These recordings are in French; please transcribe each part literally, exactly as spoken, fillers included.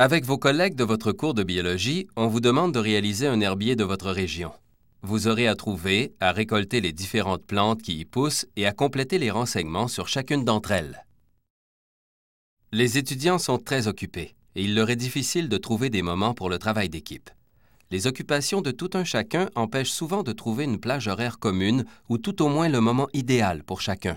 Avec vos collègues de votre cours de biologie, on vous demande de réaliser un herbier de votre région. Vous aurez à trouver, à récolter les différentes plantes qui y poussent et à compléter les renseignements sur chacune d'entre elles. Les étudiants sont très occupés et il leur est difficile de trouver des moments pour le travail d'équipe. Les occupations de tout un chacun empêchent souvent de trouver une plage horaire commune ou tout au moins le moment idéal pour chacun.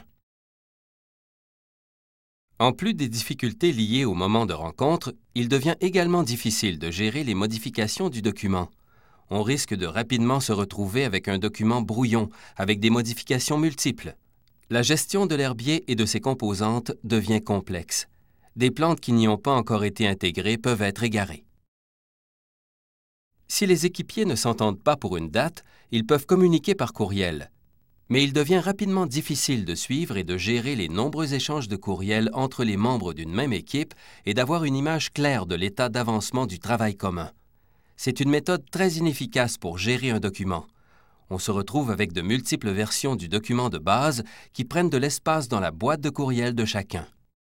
En plus des difficultés liées au moment de rencontre, il devient également difficile de gérer les modifications du document. On risque de rapidement se retrouver avec un document brouillon, avec des modifications multiples. La gestion de l'herbier et de ses composantes devient complexe. Des plantes qui n'y ont pas encore été intégrées peuvent être égarées. Si les équipiers ne s'entendent pas pour une date, ils peuvent communiquer par courriel. Mais il devient rapidement difficile de suivre et de gérer les nombreux échanges de courriels entre les membres d'une même équipe et d'avoir une image claire de l'état d'avancement du travail commun. C'est une méthode très inefficace pour gérer un document. On se retrouve avec de multiples versions du document de base qui prennent de l'espace dans la boîte de courriel de chacun.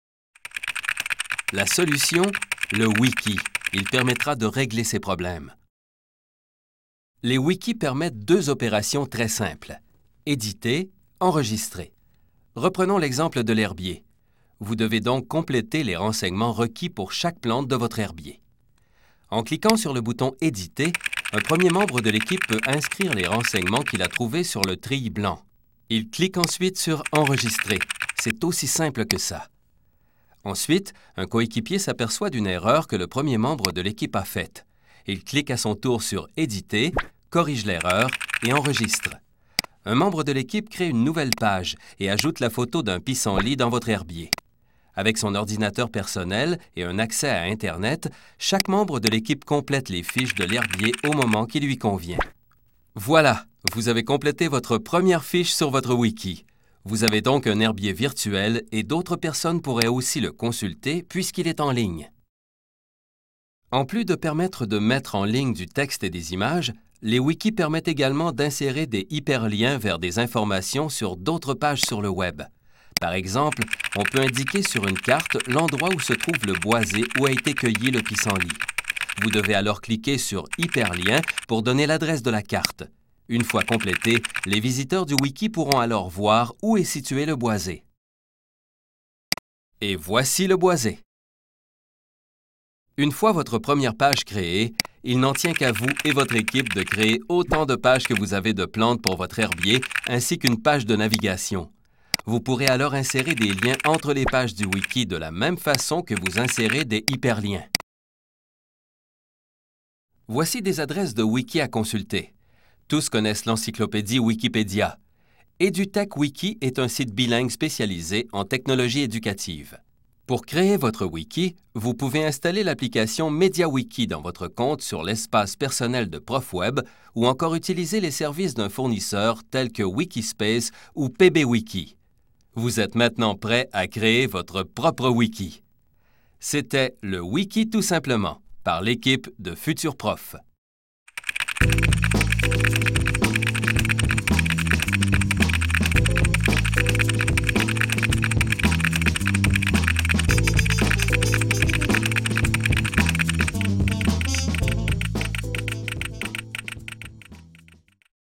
La solution, le wiki. Il permettra de régler ces problèmes. Les wikis permettent deux opérations très simples. Éditer, enregistrer. Reprenons l'exemple de l'herbier. Vous devez donc compléter les renseignements requis pour chaque plante de votre herbier. En cliquant sur le bouton « Éditer », un premier membre de l'équipe peut inscrire les renseignements qu'il a trouvés sur le tri blanc. Il clique ensuite sur « Enregistrer ». C'est aussi simple que ça. Ensuite, un coéquipier s'aperçoit d'une erreur que le premier membre de l'équipe a faite. Il clique à son tour sur « Éditer », corrige l'erreur et enregistre. Un membre de l'équipe crée une nouvelle page et ajoute la photo d'un pissenlit dans votre herbier. Avec son ordinateur personnel et un accès à Internet, chaque membre de l'équipe complète les fiches de l'herbier au moment qui lui convient. Voilà, vous avez complété votre première fiche sur votre wiki. Vous avez donc un herbier virtuel et d'autres personnes pourraient aussi le consulter puisqu'il est en ligne. En plus de permettre de mettre en ligne du texte et des images, les wikis permettent également d'insérer des hyperliens vers des informations sur d'autres pages sur le web. Par exemple, on peut indiquer sur une carte l'endroit où se trouve le boisé où a été cueilli le pissenlit. Vous devez alors cliquer sur « Hyperlien » pour donner l'adresse de la carte. Une fois complété, les visiteurs du wiki pourront alors voir où est situé le boisé. Et voici le boisé. Une fois votre première page créée, il n'en tient qu'à vous et votre équipe de créer autant de pages que vous avez de plantes pour votre herbier, ainsi qu'une page de navigation. Vous pourrez alors insérer des liens entre les pages du wiki de la même façon que vous insérez des hyperliens. Voici des adresses de wiki à consulter. Tous connaissent l'encyclopédie Wikipédia. EduTech Wiki est un site bilingue spécialisé en technologie éducative. Pour créer votre wiki, vous pouvez installer l'application MediaWiki dans votre compte sur l'espace personnel de ProfWeb ou encore utiliser les services d'un fournisseur tel que Wikispace ou PBWiki. Vous êtes maintenant prêt à créer votre propre wiki. C'était le Wiki tout simplement, par l'équipe de Futur Prof.